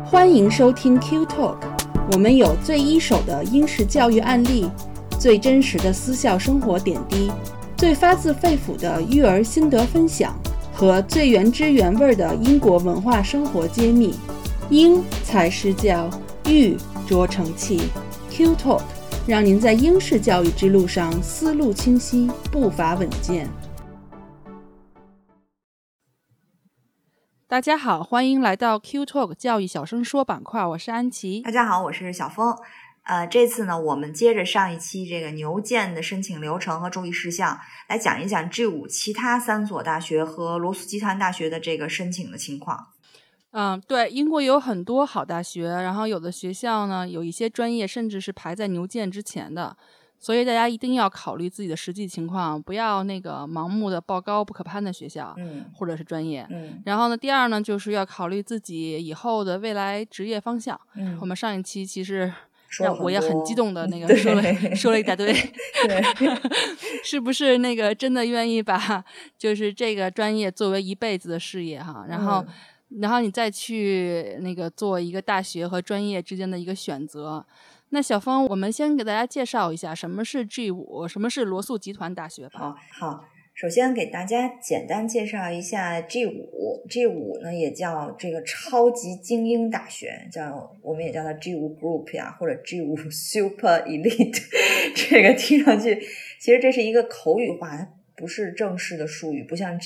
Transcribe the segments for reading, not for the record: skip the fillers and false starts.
欢迎收听 Q Talk， 我们有最一手的英式教育案例，最真实的私校生活点滴，最发自肺腑的育儿心得分享和最原汁原味的英国文化生活揭秘。英才施教，育拙成器。 Q Talk 让您在英式教育之路上思路清晰，步伐稳健。大家好，欢迎来到 Q Talk 教育小声说板块，我是安琪。 大家好，我是小峰。这次呢，我们接着上一期这个牛剑的申请流程和注意事项，来讲一讲 G5 其他3所大学和罗素集团大学的这个申请的情况。 对，英国有很多好大学，然后有的学校呢，有一些专业甚至是排在牛剑之前的，所以大家一定要考虑自己的实际情况，不要那个盲目的报高不可攀的学校，或者是专业。然后呢，第二呢，就是要考虑自己以后的未来职业方向。我们上一期其实我也很激动的那个说了一大堆，是不是那个真的愿意把就是这个专业作为一辈子的事业哈？然后你再去那个做一个大学和专业之间的一个选择。那小峰，我们先给大家介绍一下什么是 G5， 什么是罗素集团大学吧。 好，首先给大家简单介绍一下 G5 呢，也叫这个超级精英大学，我们也叫它 G5 Group 呀，或者 G5 Super Elite 这个听上去其实这是一个口语化，不是正式的术语，不像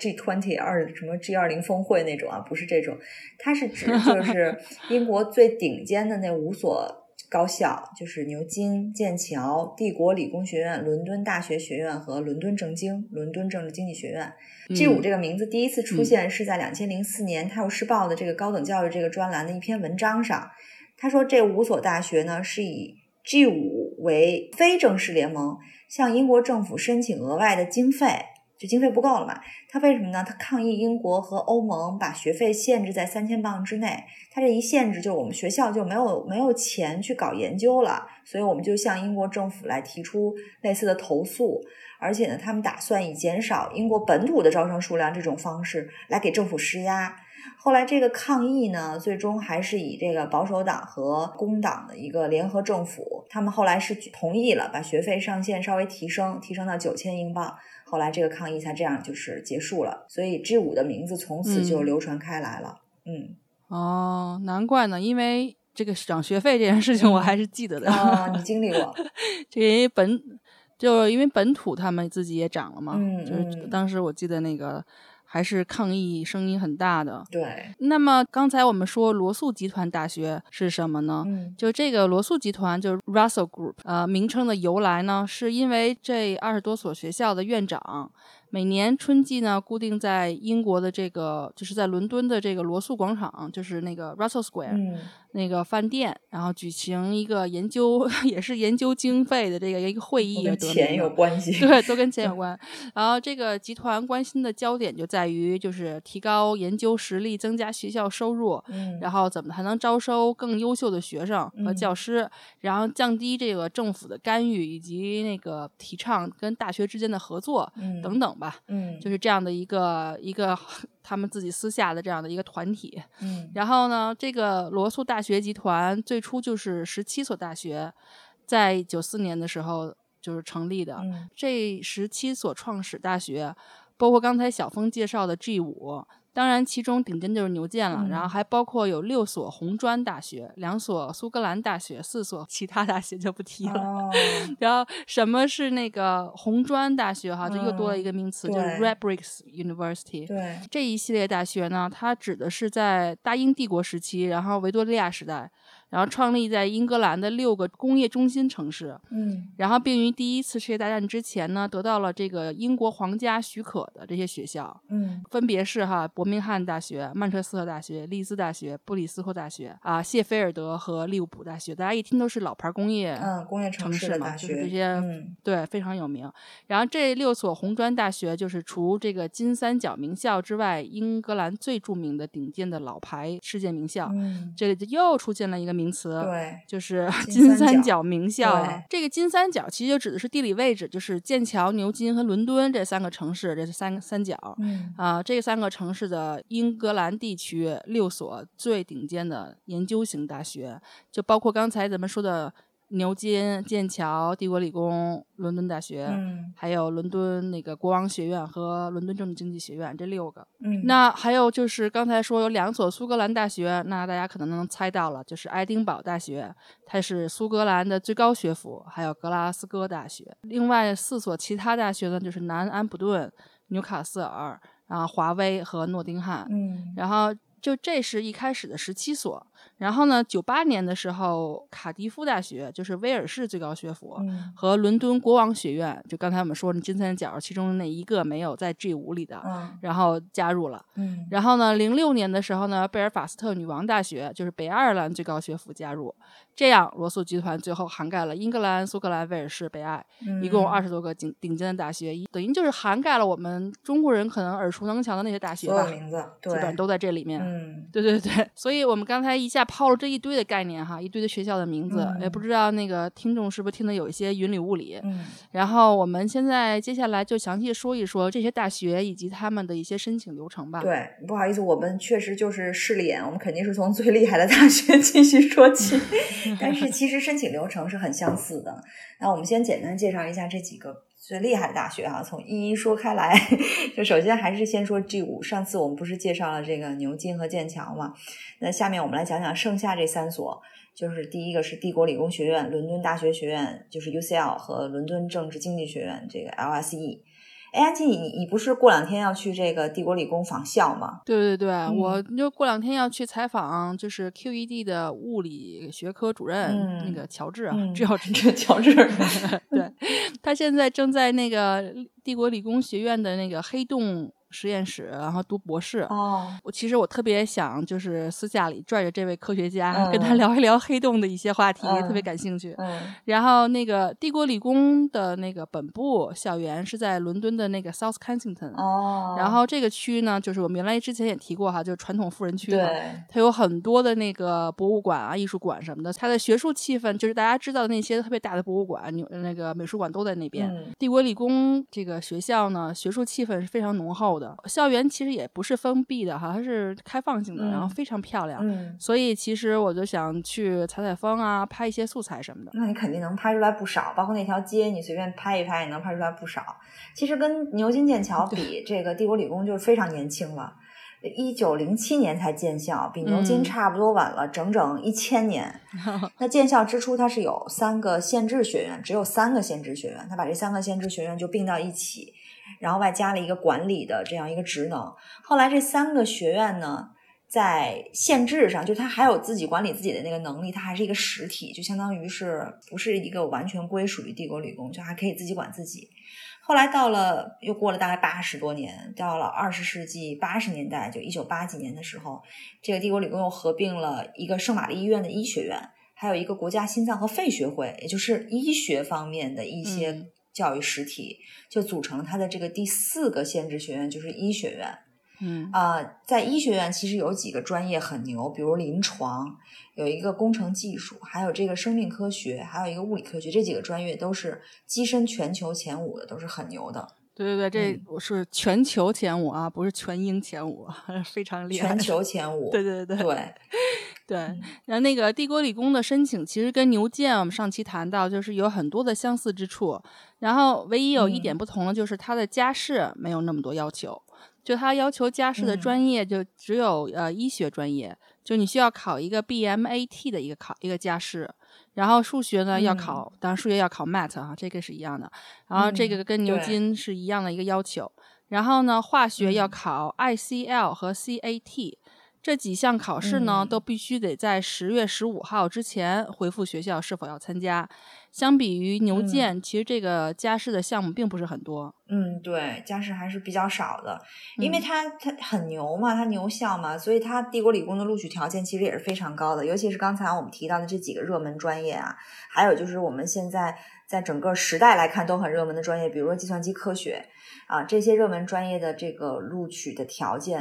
G20 什么 G20 峰会那种啊，不是这种，它是指就是英国最顶尖的那5所高校，就是牛津、剑桥、帝国理工学院、伦敦大学学院和伦敦政治经济学院。G5 这个名字第一次出现是在2004年《泰晤士报》的这个高等教育这个专栏的一篇文章上。他说这5所大学呢是以 G5 为非正式联盟向英国政府申请额外的经费，就经费不够了嘛。他为什么呢？他抗议英国和欧盟把学费限制在3000镑之内。他这一限制，就我们学校就没有钱去搞研究了，所以我们就向英国政府来提出类似的投诉。而且呢，他们打算以减少英国本土的招生数量这种方式来给政府施压。后来这个抗议呢，最终还是以这个保守党和工党的一个联合政府，他们后来是同意了把学费上限稍微提升到9000英镑。后来这个抗议才这样就是结束了，所以 G5 的名字从此就流传开来了。 难怪呢，因为这个涨学费这件事情我还是记得的。 你经历过。 因为本土他们自己也涨了嘛，就是当时我记得那个还是抗议声音很大的。 对。 那么刚才我们说罗素集团大学是什么呢？就这个罗素集团就是 Russell Group， 名称的由来呢，是因为这20多所学校的院长每年春季呢，固定在英国的这个就是在伦敦的这个罗素广场，就是那个 Russell Square，那个饭店，然后举行一个研究，也是研究经费的这个一个会议， 跟钱有关系。 对，都跟钱有关。然后这个集团关心的焦点就在于就是提高研究实力，增加学校收入，然后怎么才能招收更优秀的学生和教师，然后降低这个政府的干预，以及那个提倡跟大学之间的合作等等吧。就是这样的一个他们自己私下的这样的一个团体。然后呢，这个罗素大学集团最初就是17所大学，在94年的时候就是成立的。这17所创始大学包括刚才小峰介绍的 G5， 当然其中顶尖就是牛剑了，然后还包括有6所红专大学，2所苏格兰大学，4所其他大学就不提了。然后什么是那个红专大学哈，就又多了一个名词，就是 Redbricks University。 对， 这一系列大学呢，它指的是在大英帝国时期，然后维多利亚时代，然后创立在英格兰的6个工业中心城市。然后并于第1次世界大战之前呢，得到了这个英国皇家许可的这些学校，分别是伯明翰大学、曼彻斯特大学、利兹大学、布里斯托大学谢菲尔德和利物浦大学。大家一听都是老牌工业城市嘛，就是这些对，非常有名。然后这6所红专大学就是除这个金三角名校之外，英格兰最著名的顶尖的老牌世界名校。这里就又出现了一个名名词， 对， 就是金三角名校。 这个金三角其实就指的是地理位置，就是剑桥、牛津和伦敦这3个城市，这是三角。这3个城市的英格兰地区6所最顶尖的研究型大学，就包括刚才咱们说的牛津、剑桥、帝国理工、伦敦大学，还有伦敦那个国王学院和伦敦政治经济学院，这6个。那还有就是刚才说有2所苏格兰大学，那大家可能能猜到了，就是爱丁堡大学，它是苏格兰的最高学府，还有格拉斯哥大学。另外4所其他大学呢，就是南安普顿、纽卡斯尔、华威和诺丁汉。然后就这是一开始的17所。然后呢，98年的时候，卡迪夫大学就是威尔士最高学府，和伦敦国王学院，就刚才我们说的金三角其中那一个没有在 G5 里的，然后加入了。然后呢，06年的时候呢，贝尔法斯特女王大学就是北爱尔兰最高学府加入。这样罗素集团最后涵盖了英格兰、苏格兰、威尔士、北爱，一共20多个顶尖的大学，等于就是涵盖了我们中国人可能耳熟能详的那些大学吧， 所有名字基本上都在这里面。 对， 所以我们刚才一下抛了这一堆的概念哈，一堆的学校的名字，也不知道那个听众是不是听得有一些云里雾里。然后我们现在接下来就详细说一说这些大学以及他们的一些申请流程吧。 对，不好意思，我们确实就是势利眼，我们肯定是从最厉害的大学继续说起。但是其实申请流程是很相似的。那我们先简单介绍一下这几个最厉害的大学从一一说开来。就首先还是先说 G5， 上次我们不是介绍了这个牛津和剑桥吗？那下面我们来讲讲剩下这3所，就是第一个是帝国理工学院、伦敦大学学院，就是 UCL 和伦敦政治经济学院，这个 LSE。哎，安琪，你不是过2天要去这个帝国理工访校吗？ 对，我就过2天要去采访，就是 QED 的物理学科主任，那个乔治乔治对，他现在正在那个帝国理工学院的那个黑洞实验室，然后读博士。其实我特别想就是私下里拽着这位科学家，跟他聊一聊黑洞的一些话题，特别感兴趣。然后那个帝国理工的那个本部校园是在伦敦的那个 South Kensington。然后这个区呢，就是我们原来之前也提过哈，就是传统富人区嘛，它有很多的那个博物馆啊、艺术馆什么的，它的学术气氛就是大家知道的那些特别大的博物馆、那个美术馆都在那边。帝国理工这个学校呢，学术气氛是非常浓厚的。校园其实也不是封闭的哈，它是开放性的，然后非常漂亮。所以其实我就想去采风啊，拍一些素材什么的。 那你肯定能拍出来不少，包括那条街你随便拍一拍也能拍出来不少。其实跟牛津剑桥比，这个帝国理工就是非常年轻了，1907年才建校，比牛津差不多晚了整整1000年。那建校之初它是有3个县制学院，只有3个县制学院，他把这3个县制学院就并到一起，然后外加了一个管理的这样一个职能。后来这3个学院呢，在县制上就它还有自己管理自己的那个能力，它还是一个实体，就相当于是不是一个完全归属于帝国理工，就还可以自己管自己。后来又过了大概80多年，到了20世纪80年代，就1980几年的时候，这个帝国理工又合并了一个圣玛丽医院的医学院，还有一个国家心脏和肺学会，也就是医学方面的一些教育实体，就组成了它的这个第4个县制学院，就是医学院。在医学院其实有几个专业很牛，比如临床，有一个工程技术，还有这个生命科学，还有一个物理科学，这几个专业都是跻身全球前5的，都是很牛的。 对，这是全球前5啊，不是全英前5，非常厉害。 全球前5， 对。然后那个帝国理工的申请其实跟牛津我们上期谈到，就是有很多的相似之处，然后唯一有一点不同的就是它的家世没有那么多要求。就他要求家世的专业就只有医学专业，就你需要考一个 BMAT 的一个家世，然后数学呢要考，当然数学要考 MAT 哈，这个是一样的，然后这个跟牛津是一样的一个要求，然后呢化学要考 ICL 和 CAT。这几项考试呢，都必须得在10月15号之前回复学校是否要参加。相比于牛剑，其实这个家世的项目并不是很多。 对，家世还是比较少的，因为它很牛嘛，它牛校嘛，所以它帝国理工的录取条件其实也是非常高的，尤其是刚才我们提到的这几个热门专业啊，还有就是我们现在在整个时代来看都很热门的专业，比如说计算机科学啊，这些热门专业的这个录取的条件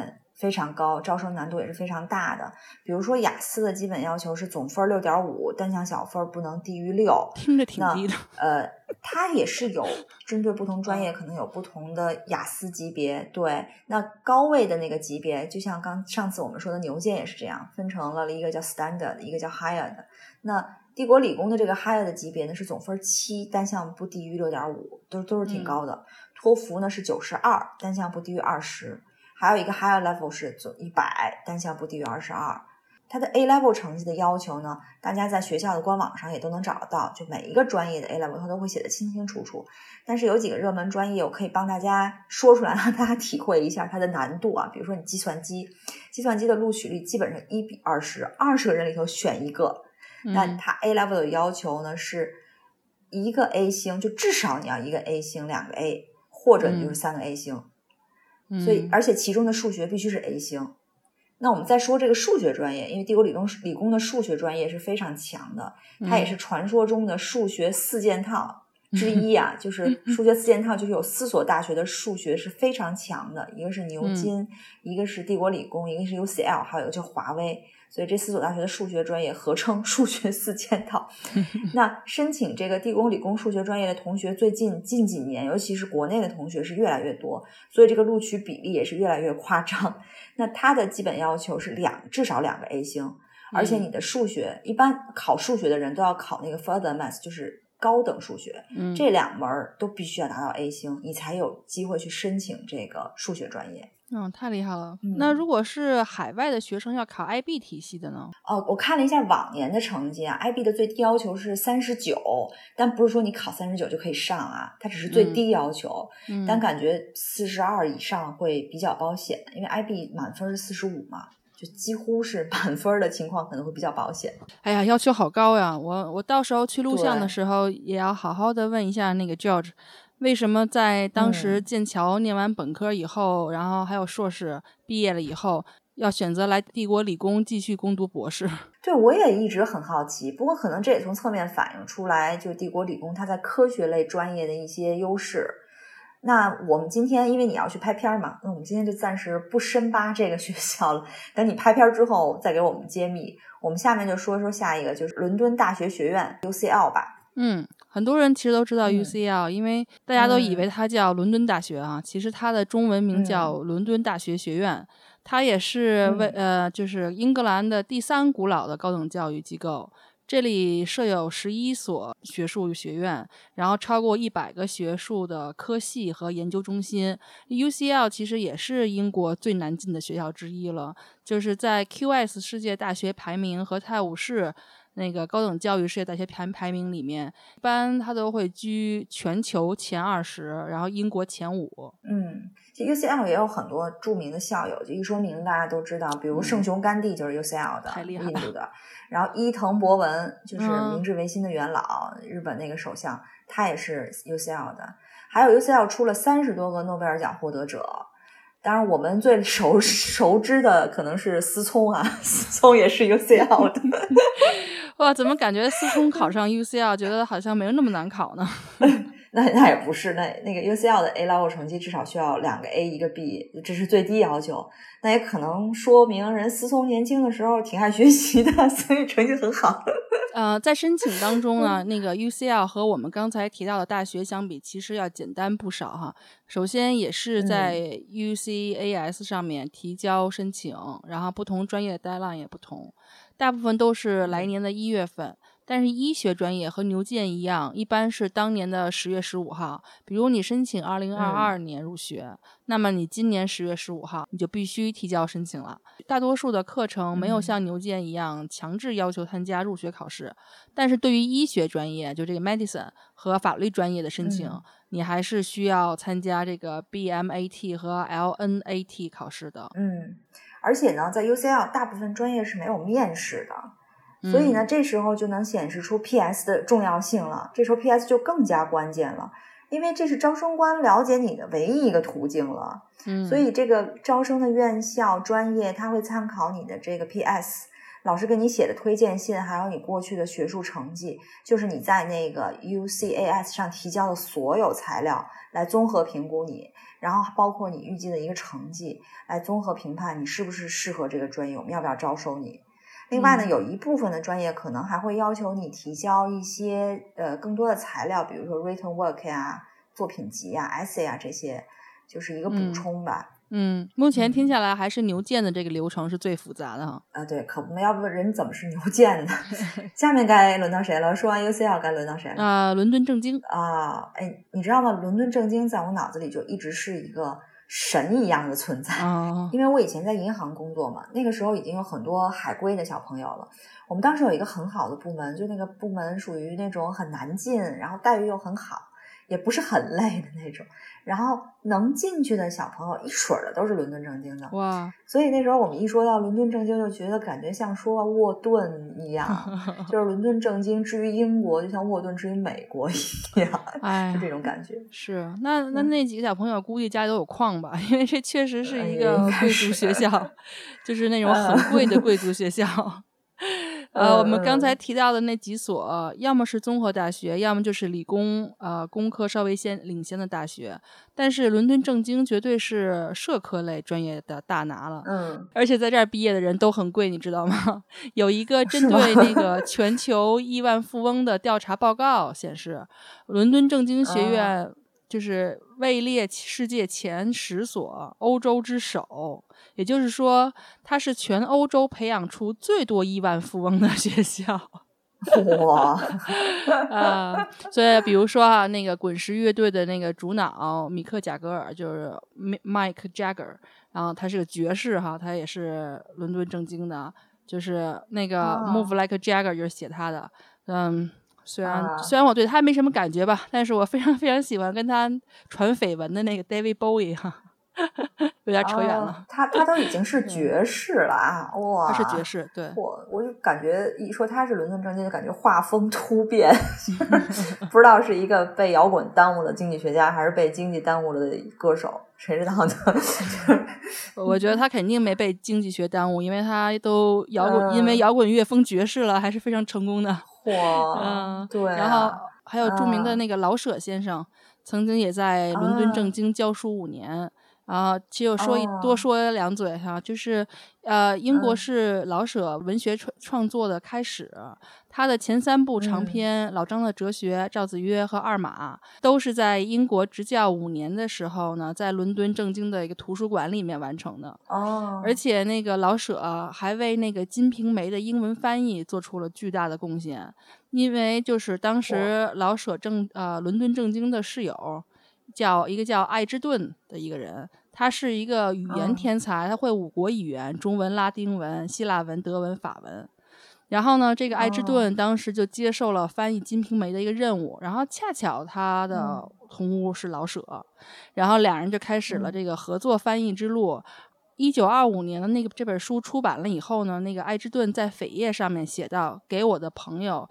非常高，招生难度也是非常大的。比如说雅思的基本要求是总分 6.5， 单项小分不能低于6， 听着挺低的。 它也是有针对不同专业可能有不同的雅思级别。对，那高位的那个级别，就像上次我们说的牛剑也是这样，分成了一个叫 standard， 一个叫 higher 的。那帝国理工的这个 higher 的级别呢是总分7，单项不低于 6.5， 都是挺高的。托福呢是92，单项不低于20。还有一个 higher level 是100，单项不低于22。它的 A level 成绩的要求呢，大家在学校的官网上也都能找得到，就每一个专业的 A level 它都会写得清清楚楚。但是有几个热门专业我可以帮大家说出来，让大家体会一下它的难度啊。比如说你计算机的录取率基本上1比20，20个人里头选一个。那它 A level 的要求呢是一个 A 星，就至少你要一个 A 星2个 A， 或者你就是3个 A 星。所以而且其中的数学必须是 A 星。那我们再说这个数学专业，因为帝国理工的数学专业是非常强的，它也是传说中的数学4件套之一啊。就是数学4件套，就是有4所大学的数学是非常强的，一个是牛津，一个是帝国理工，一个是 UCL， 还有一个叫华威。所以这4所大学的数学专业合称数学4件套。那申请这个帝国理工数学专业的同学近几年，尤其是国内的同学是越来越多，所以这个录取比例也是越来越夸张。那它的基本要求是至少2个 A 星，而且你的数学，一般考数学的人都要考那个 Further Math， 就是高等数学，这2门都必须要拿到 A 星，你才有机会去申请这个数学专业。 太厉害了。那如果是海外的学生要考 IB 体系的呢？ 我看了一下往年的成绩啊 ，IB 的最低要求是39，但不是说你考39就可以上啊，它只是最低要求。但感觉42以上会比较保险，因为 IB 满分是45嘛，就几乎是满分的情况可能会比较保险。 哎呀，要求好高呀！我到时候去录像的时候也要好好的问一下那个 George，为什么在当时剑桥念完本科以后，然后还有硕士毕业了以后，要选择来帝国理工继续攻读博士？ 对，我也一直很好奇，不过可能这也从侧面反映出来，就帝国理工它在科学类专业的一些优势。那我们今天因为你要去拍片嘛，那我们今天就暂时不深扒这个学校了，等你拍片之后再给我们揭秘。我们下面就说下一个，就是伦敦大学学院 UCL 吧。 很多人其实都知道 UCL，因为大家都以为它叫伦敦大学啊，其实它的中文名叫伦敦大学学院。它也是就是英格兰的第3古老的高等教育机构。这里设有11所学术学院，然后超过100个学术的科系和研究中心。UCL 其实也是英国最难进的学校之一了，就是在 QS 世界大学排名和泰晤士那个高等教育世界大学排名里面，一般它都会居全球前20，然后英国前5。 其实 UCL 也有很多著名的校友，就一说名大家都知道，比如圣雄甘地就是 UCL 的，印度的。然后伊藤博文就是明治维新的元老，日本那个首相，他也是 UCL 的。还有 UCL 出了30多个诺贝尔奖获得者。当然我们最熟知的可能是思聪啊，思聪也是 UCL 的。 哇，怎么感觉思聪考上 UCL 觉得好像没有那么难考呢？ 那也不是，那个 UCL 的 A level 成绩至少需要2个 A 1个 B， 这是最低要求。那也可能说明人思聪年轻的时候挺爱学习的，所以成绩很好。 在申请当中呢，那个 UCL 和我们刚才提到的大学相比，其实要简单不少哈。首先也是在 UCAS 上面提交申请，然后不同专业的 deadline 也不同，大部分都是来年的1月份。但是医学专业和牛剑一样，一般是当年的10月15号。比如你申请2022年入学，那么你今年10月15号你就必须提交申请了。大多数的课程没有像牛剑一样强制要求参加入学考试，但是对于医学专业，就这个 medicine 和法律专业的申请，你还是需要参加这个 BMAT 和 LNAT 考试的。 而且呢，在 UCL 大部分专业是没有面试的。所以呢，这时候就能显示出 PS 的重要性了。这时候 PS 就更加关键了，因为这是招生官了解你的唯一一个途径了。所以这个招生的院校专业，它会参考你的这个 PS， 老师给你写的推荐信，还有你过去的学术成绩，就是你在那个 UCAS 上提交的所有材料来综合评估你，然后包括你预计的一个成绩来综合评判你是不是适合这个专业，我们要不要招收你。另外呢，有一部分的专业可能还会要求你提交一些更多的材料，比如说 written work 呀、作品集啊、essay 啊，这些就是一个补充吧。 目前听下来还是牛剑的这个流程是最复杂的哈。 对，可不，要不人怎么是牛剑呢？下面该轮到谁了？说完 UCL 该轮到谁了？ 伦敦政经你知道吗？伦敦政经在我脑子里就一直是一个神一样的存在，因为我以前在银行工作嘛，那个时候已经有很多海归的小朋友了。我们当时有一个很好的部门，就那个部门属于那种很难进，然后待遇又很好，也不是很累的那种，然后能进去的小朋友一水儿的都是伦敦政经的。 哇！ 所以那时候我们一说到伦敦政经，就觉得感觉像说沃顿一样，就是伦敦政经至于英国，就像沃顿至于美国一样，就这种感觉。 是，那几个小朋友估计家里都有矿吧，因为这确实是一个贵族学校，就是那种很贵的贵族学校。我们刚才提到的那几所，要么是综合大学，要么就是理工工科稍微领先的大学，但是伦敦政经绝对是社科类专业的大拿了。而且在这儿毕业的人都很贵，你知道吗？有一个针对那个全球亿万富翁的调查报告显示，伦敦政经学院就是位列世界前10所，欧洲之首。也就是说，它是全欧洲培养出最多亿万富翁的学校。 哇！ 所以比如说那个滚石乐队的那个主脑米克贾格尔，就是 Mike Jagger， 然后他是个爵士哈，他也是伦敦政经的，就是那个 Move Like a Jagger 就是写他的。虽然我对他没什么感觉吧，但是我非常非常喜欢跟他传绯闻的那个 David Bowie 哈。有点扯远了。 他都已经是爵士了啊！哇， 他是爵士，对。 我就感觉一说他是伦敦政经，就感觉画风突变，不知道是一个被摇滚耽误的经济学家，还是被经济耽误了的歌手，谁知道呢？ 我觉得他肯定没被经济学耽误，因为他都因为摇滚乐风爵士了，还是非常成功的。 哇，对。 然后还有著名的那个老舍先生，曾经也在伦敦政经教书5年。其实我多说2嘴哈，就是英国是老舍文学创作的开始，他的前3部长篇老张的哲学、赵子曰和二马都是在英国执教5年的时候呢，在伦敦政经的一个图书馆里面完成的。而且那个老舍还为那个《金瓶梅》的英文翻译做出了巨大的贡献，因为就是当时老舍伦敦政经的室友一个叫爱之顿的一个人，他是一个语言天才，他会5国语言，中文、拉丁文、希腊文、德文、法文。然后呢，这个爱之顿当时就接受了翻译《金瓶梅》的一个任务，然后恰巧他的同屋是老舍，然后2人就开始了这个合作翻译之路。1925年的这本书出版了以后呢，那个爱之顿在扉页上面写到：“给我的朋友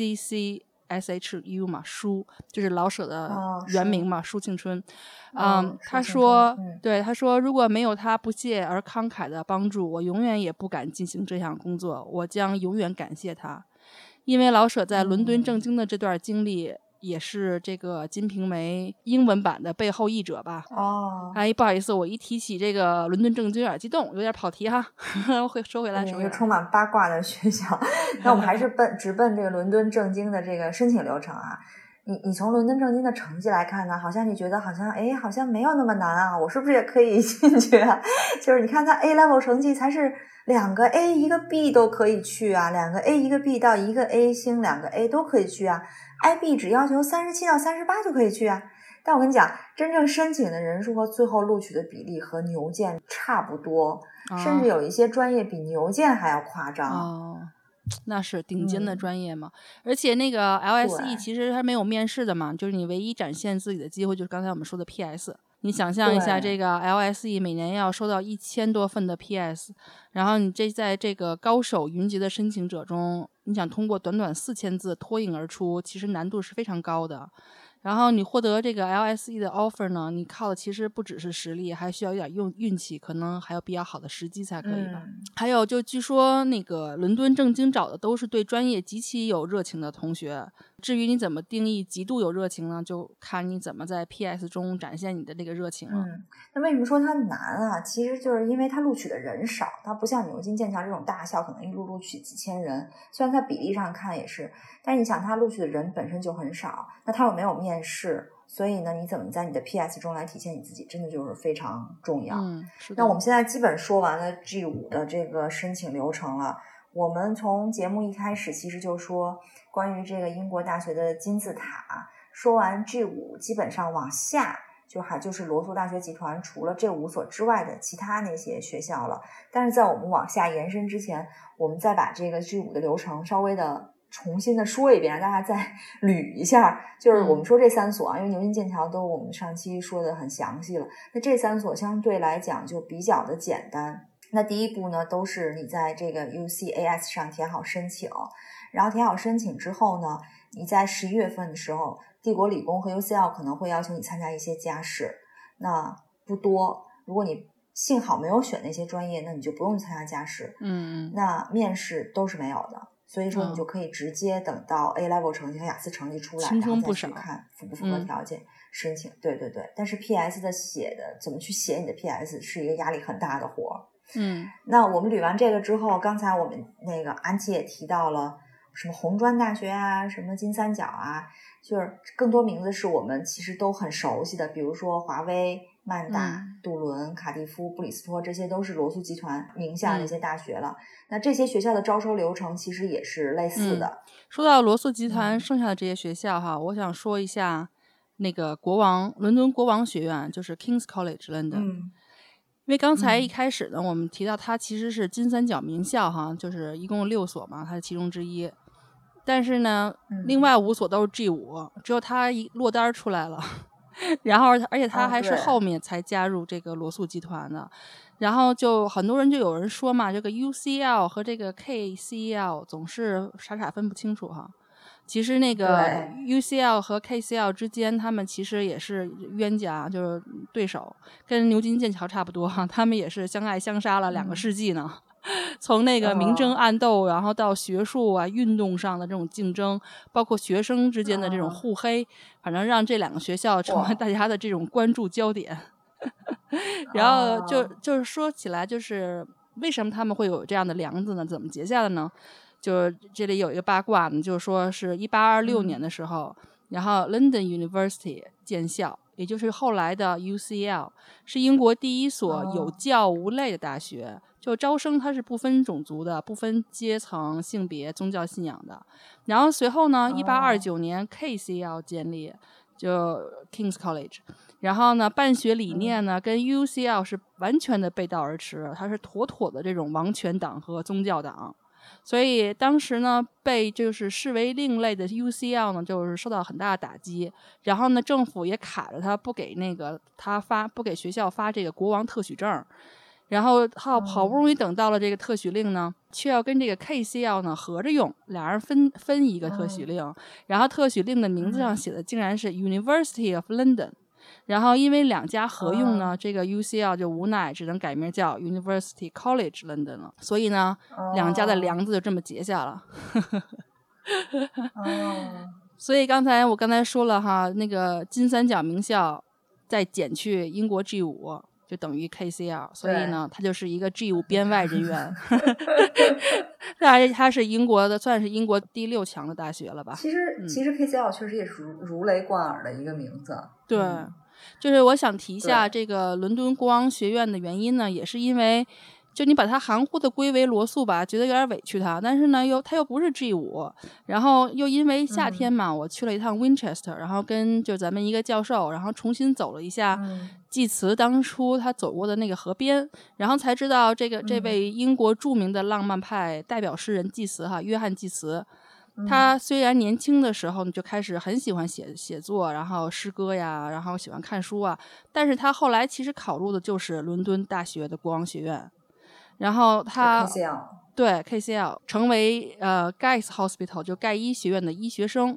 CCSHU 嘛，舒就是老舍的原名嘛，舒庆春。他说，他说如果没有他不懈而慷慨的帮助，我永远也不敢进行这项工作，我将永远感谢他。因为老舍在伦敦政经的这段经历，也是这个《金瓶梅》英文版的背后译者吧。不好意思，我一提起这个伦敦政经有点激动，有点跑题哈。说回来， 充满八卦的学校。那我们还是直奔这个伦敦政经的这个申请流程啊。你从伦敦政经的成绩来看呢，好像你觉得好像没有那么难啊，我是不是也可以进去啊？就是你看他 A level 成绩才是2个 A 1个 B 都可以去啊，2个 A 1个 B 到1个 A 星2个 A 都可以去啊。IB 只要求37到38就可以去啊。但我跟你讲，真正申请的人数和最后录取的比例和牛剑差不多，甚至有一些专业比牛剑还要夸张。 那是顶尖的专业嘛。而且那个 LSE 其实它没有面试的嘛，就是你唯一展现自己的机会就是刚才我们说的 PS。你想象一下，这个 LSE 每年要收到1000多份的 PS， 然后你在这个高手云集的申请者中，你想通过短短4000字脱颖而出，其实难度是非常高的。 然后你获得这个 LSE 的 offer 呢，你靠的其实不只是实力，还需要一点运气，可能还有比较好的时机才可以吧。还有就据说那个伦敦正经找的都是对专业极其有热情的同学，至于你怎么定义极度有热情呢，就看你怎么在 PS 中展现你的这个热情了。 那为什么说它难啊？其实就是因为它录取的人少，它不像牛津、剑桥这种大校可能一录取几千人，虽然在比例上看也是，但是你想它录取的人本身就很少，那它又没有面试，所以呢，你怎么在你的 PS 中来体现你自己，真的就是非常重要。 是的。 那我们现在基本说完了 G5 的这个申请流程了。我们从节目一开始其实就说关于这个英国大学的金字塔，说完 G5 基本上往下就是罗素大学集团除了这5所之外的其他那些学校了。但是在我们往下延伸之前，我们再把这个 G5 的流程稍微的重新的说一遍，让大家再捋一下。就是我们说这3所啊，因为牛津、剑桥都我们上期说的很详细了，那这3所相对来讲就比较的简单。那第一步呢，都是你在这个 UCAS 上填好申请，然后填好申请之后呢，你在11月份的时候，帝国理工和 UCL 可能会要求你参加一些加试，那不多，如果你幸好没有选那些专业，那你就不用参加加试，那面试都是没有的，所以说你就可以直接等到 A level 成绩和雅思成绩出来，然后再去看符不符合条件申请。对对对，但是 PS 的怎么去写你的 PS 是一个压力很大的活。那我们捋完这个之后，刚才我们那个安琪也提到了什么红砖大学啊，什么金三角啊，就是更多名字是我们其实都很熟悉的，比如说华威、曼大、杜伦、卡蒂夫、布里斯托，这些都是罗素集团名下的那些大学了。那这些学校的招收流程其实也是类似的。 说到罗素集团剩下的这些学校哈，我想说一下那个伦敦国王学院，就是 King's College London。因为刚才一开始呢，我们提到它其实是金三角名校哈，就是一共6所嘛，它是其中之一。但是呢，另外5所都是 G5，只有它一落单出来了。然后而且它还是后面才加入这个罗素集团的。然后就很多人就有人说嘛，这个 UCL 和这个 KCL 总是傻分不清楚哈。其实那个 UCL 和 KCL 之间他们其实也是冤家，就是对手，跟牛津剑桥差不多哈，他们也是相爱相杀了2个世纪呢。从那个明争暗斗，然后到学术啊运动上的这种竞争，包括学生之间的这种互黑，反正让这2个学校成为大家的这种关注焦点。然后就是说起来，就是为什么他们会有这样的梁子呢？怎么结下的呢？就这里有一个八卦呢，就是说是1826年的时候，然后 London University 建校，也就是后来的 UCL， 是英国第一所有教无类的大学。就招生它是不分种族的，不分阶层、性别、宗教信仰的。然后随后呢，1829年 KCL 建立，就 King's College。然后呢，办学理念呢跟 UCL 是完全的背道而驰，它是妥妥的这种王权党和宗教党。所以当时呢，被就是视为另类的 UCL 呢，就是受到很大的打击。然后呢，政府也卡着他，不给学校发这个国王特许证。然后好不容易等到了这个特许令呢，却要跟这个 KCL 呢合着用，俩人分一个特许令。然后特许令的名字上写的竟然是 University of London。然后因为2家合用呢，这个 UCL 就无奈只能改名叫 University College London 了。所以呢，2家的梁子就这么结下了。所以我刚才说了哈，那个金三角名校再减去英国 G5，就等于 KCL， 所以呢，它就是一个 G5 编外人员。它是英国的，算是英国第6强的大学了吧。 其实 KCL 确实也是如雷贯耳的一个名字。 对，就是我想提一下这个伦敦国王学院的原因呢，也是因为就你把它含糊的归为罗素吧，觉得有点委屈它，但是呢它又不是 G5， 然后又因为夏天嘛，我去了一趟 Winchester， 然后跟就咱们一个教授，然后重新走了一下济慈当初他走过的那个河边，然后才知道这位英国著名的浪漫派代表诗人济慈哈，约翰济慈。他虽然年轻的时候就开始很喜欢写作，然后诗歌呀，然后喜欢看书啊，但是他后来其实考入的就是伦敦大学的国王学院，然后他对 KCL 成为Guy's Hospital 就盖医学院的医学生，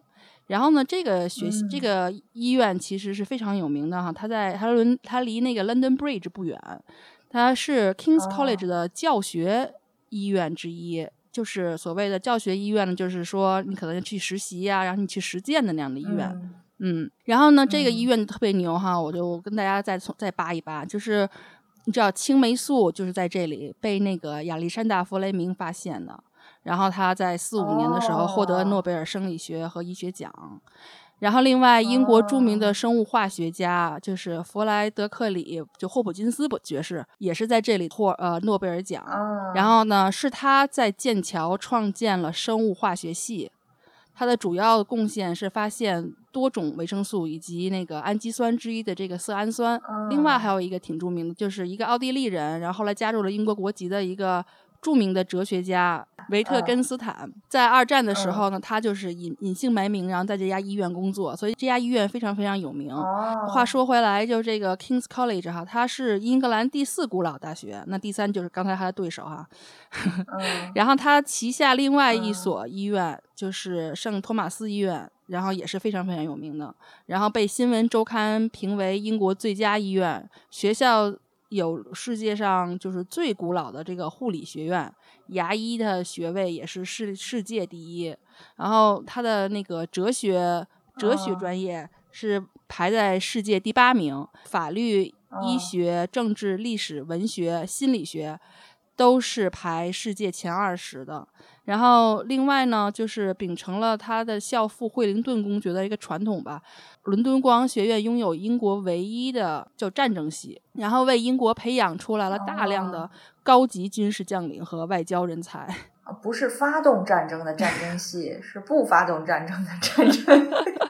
然后呢，这个这个医院其实是非常有名的哈，它离那个 London Bridge 不远，它是 King's College 的教学医院之一。就是所谓的教学医院呢，就是说你可能去实习呀，然后你去实践的那样的医院。然后呢，这个医院特别牛哈，我就跟大家再扒一扒，就是你知道青霉素就是在这里被那个亚历山大·弗雷明发现的，然后他在45年的时候获得诺贝尔生理学和医学奖。然后另外英国著名的生物化学家就是弗莱德克里就霍普金斯爵士也是在这里获诺贝尔奖。然后呢是他在剑桥创建了生物化学系，他的主要贡献是发现多种维生素以及那个氨基酸之一的这个色氨酸。另外还有一个挺著名的，就是一个奥地利人，然后后来加入了英国国籍的一个著名的哲学家维特根斯坦。在2战的时候呢，他就是隐姓埋名，然后在这家医院工作，所以这家医院非常非常有名。话说回来，就这个 King's College 哈，它是英格兰第4古老大学，那第3就是刚才他的对手哈。然后他旗下另外一所医院就是圣托马斯医院，然后也是非常非常有名的，然后被新闻周刊评为英国最佳医院。学校有世界上就是最古老的这个护理学院，牙医的学位也是世界第一。然后他的那个哲学专业是排在世界第8名，法律、医学、政治、历史、文学、心理学都是排世界前20的。然后另外呢，就是秉承了他的校父惠灵顿公爵的一个传统吧，伦敦国王学院拥有英国唯一的叫战争系，然后为英国培养出来了大量的高级军事将领和外交人才。 不是发动战争的战争系，是不发动战争的战争。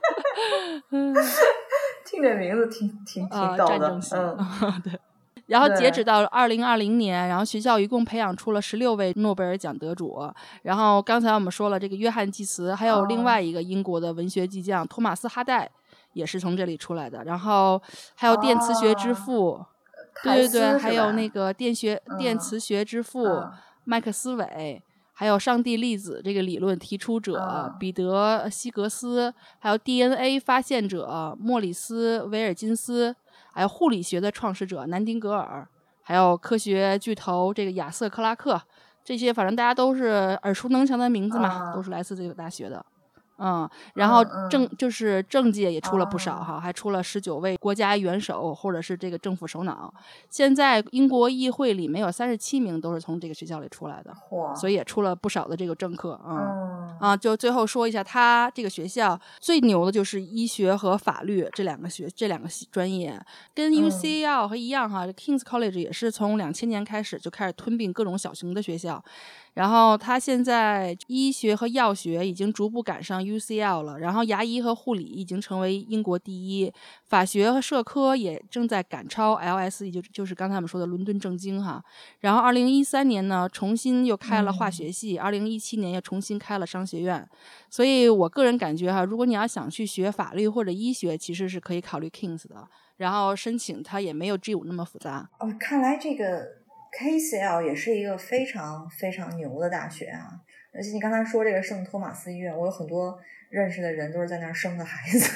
听这名字挺逗的。 战争系。对。然后截止到2020年，然后学校一共培养出了16位诺贝尔奖得主。然后刚才我们说了这个约翰济慈，还有另外一个英国的文学巨匠托马斯哈代也是从这里出来的。然后还有电磁学之父，对对对，还有那个电磁学之父麦克斯韦，还有上帝粒子这个理论提出者彼得希格斯，还有 DNA 发现者莫里斯维尔金斯，还有护理学的创始者南丁格尔，还有科学巨头这个亚瑟克拉克，这些反正大家都是耳熟能详的名字嘛，都是来自这个大学的。然后就是政界也出了不少哈，还出了19位国家元首或者是这个政府首脑。现在英国议会里面有37名都是从这个学校里出来的，所以也出了不少的这个政客。就最后说一下，他这个学校最牛的就是医学和法律这两个专业，跟 UCL 和一样哈。King's College 也是从2000年开始就开始吞并各种小型的学校。然后他现在医学和药学已经逐步赶上 UCL 了，然后牙医和护理已经成为英国第一，法学和社科也正在赶超 LSE， 就是刚才我们说的伦敦政经哈。然后2013年呢，重新又开了化学系，2017年又重新开了商学院。所以我个人感觉哈，如果你要想去学法律或者医学，其实是可以考虑 King's 的，然后申请它也没有 G5 那么复杂。 看来这个KCL 也是一个非常非常牛的大学啊！而且你刚才说这个圣托马斯医院，我有很多认识的人都是在那儿生的孩子。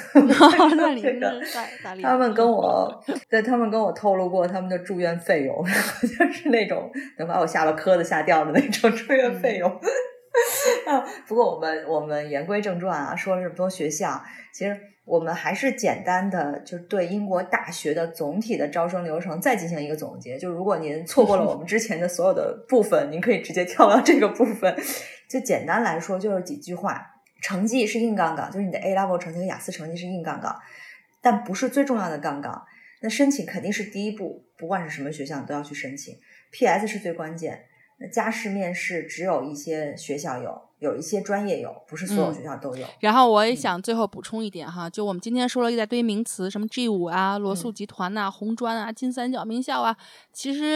他们跟我透露过他们的住院费用，就是那种能把我下了磕的下掉的那种住院费用。不过我们言归正传啊，说了这么多学校，其实我们还是简单的就对英国大学的总体的招生流程再进行一个总结。就如果您错过了我们之前的所有的部分，您可以直接跳到这个部分。就简单来说就是几句话，成绩是硬杠杠，就是你的 A level 成绩和雅思成绩是硬杠杠，但不是最重要的杠杠。那申请肯定是第一步，不管是什么学校你都要去申请。PS 是最关键。那加试面试只有一些学校有一些专业有，不是所有学校都有。 然后我也想最后补充一点哈，就我们今天说了一大堆名词，什么 G5 啊、罗素集团啊、红砖啊、金三角名校啊，其实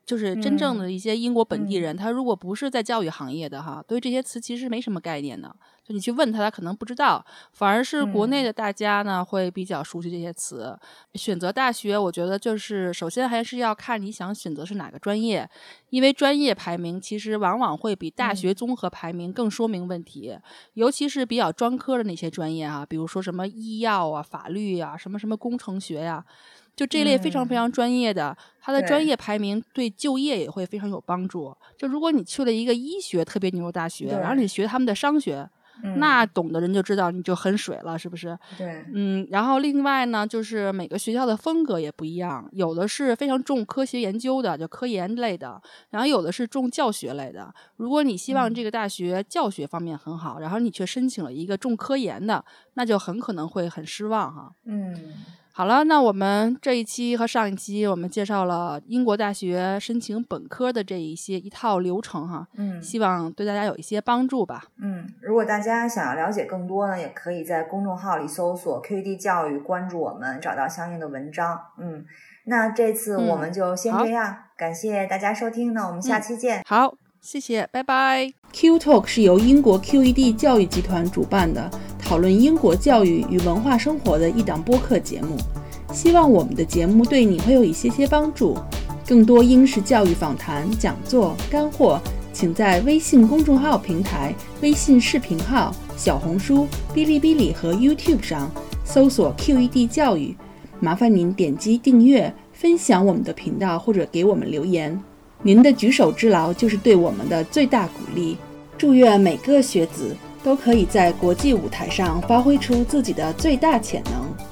就是真正的一些英国本地人，他如果不是在教育行业的哈，对这些词其实没什么概念的，就你去问他，他可能不知道，反而是国内的大家呢会比较熟悉这些词。选择大学，我觉得就是首先还是要看你想选择是哪个专业，因为专业排名其实往往会比大学综合排名更说明问题，尤其是比较专科的那些专业啊，比如说什么医药啊、法律啊、什么什么工程学呀，就这类非常非常专业的，它的专业排名对就业也会非常有帮助。就如果你去了一个医学特别牛的大学，然后你学他们的商学，那懂的人就知道你就很水了，是不是？ 对， 然后另外呢，就是每个学校的风格也不一样，有的是非常重科学研究的，就科研类的，然后有的是重教学类的。如果你希望这个大学教学方面很好，然后你却申请了一个重科研的，那就很可能会很失望哈。好了，那我们这一期和上一期我们介绍了英国大学申请本科的一套流程哈，希望对大家有一些帮助吧。 如果大家想要了解更多呢，也可以在公众号里搜索 QED 教育，关注我们，找到相应的文章。那这次我们就先这样，感谢大家收听呢，我们下期见。 好，谢谢，拜拜。Q Talk 是由英国 QED 教育集团主办的，讨论英国教育与文化生活的一档播客节目。希望我们的节目对你会有一些帮助。更多英式教育访谈、讲座、干货，请在微信公众号平台、微信视频号、小红书、哔哩哔哩和 YouTube 上搜索 QED 教育。麻烦您点击订阅、分享我们的频道或者给我们留言。您的举手之劳就是对我们的最大鼓励。祝愿每个学子都可以在国际舞台上发挥出自己的最大潜能。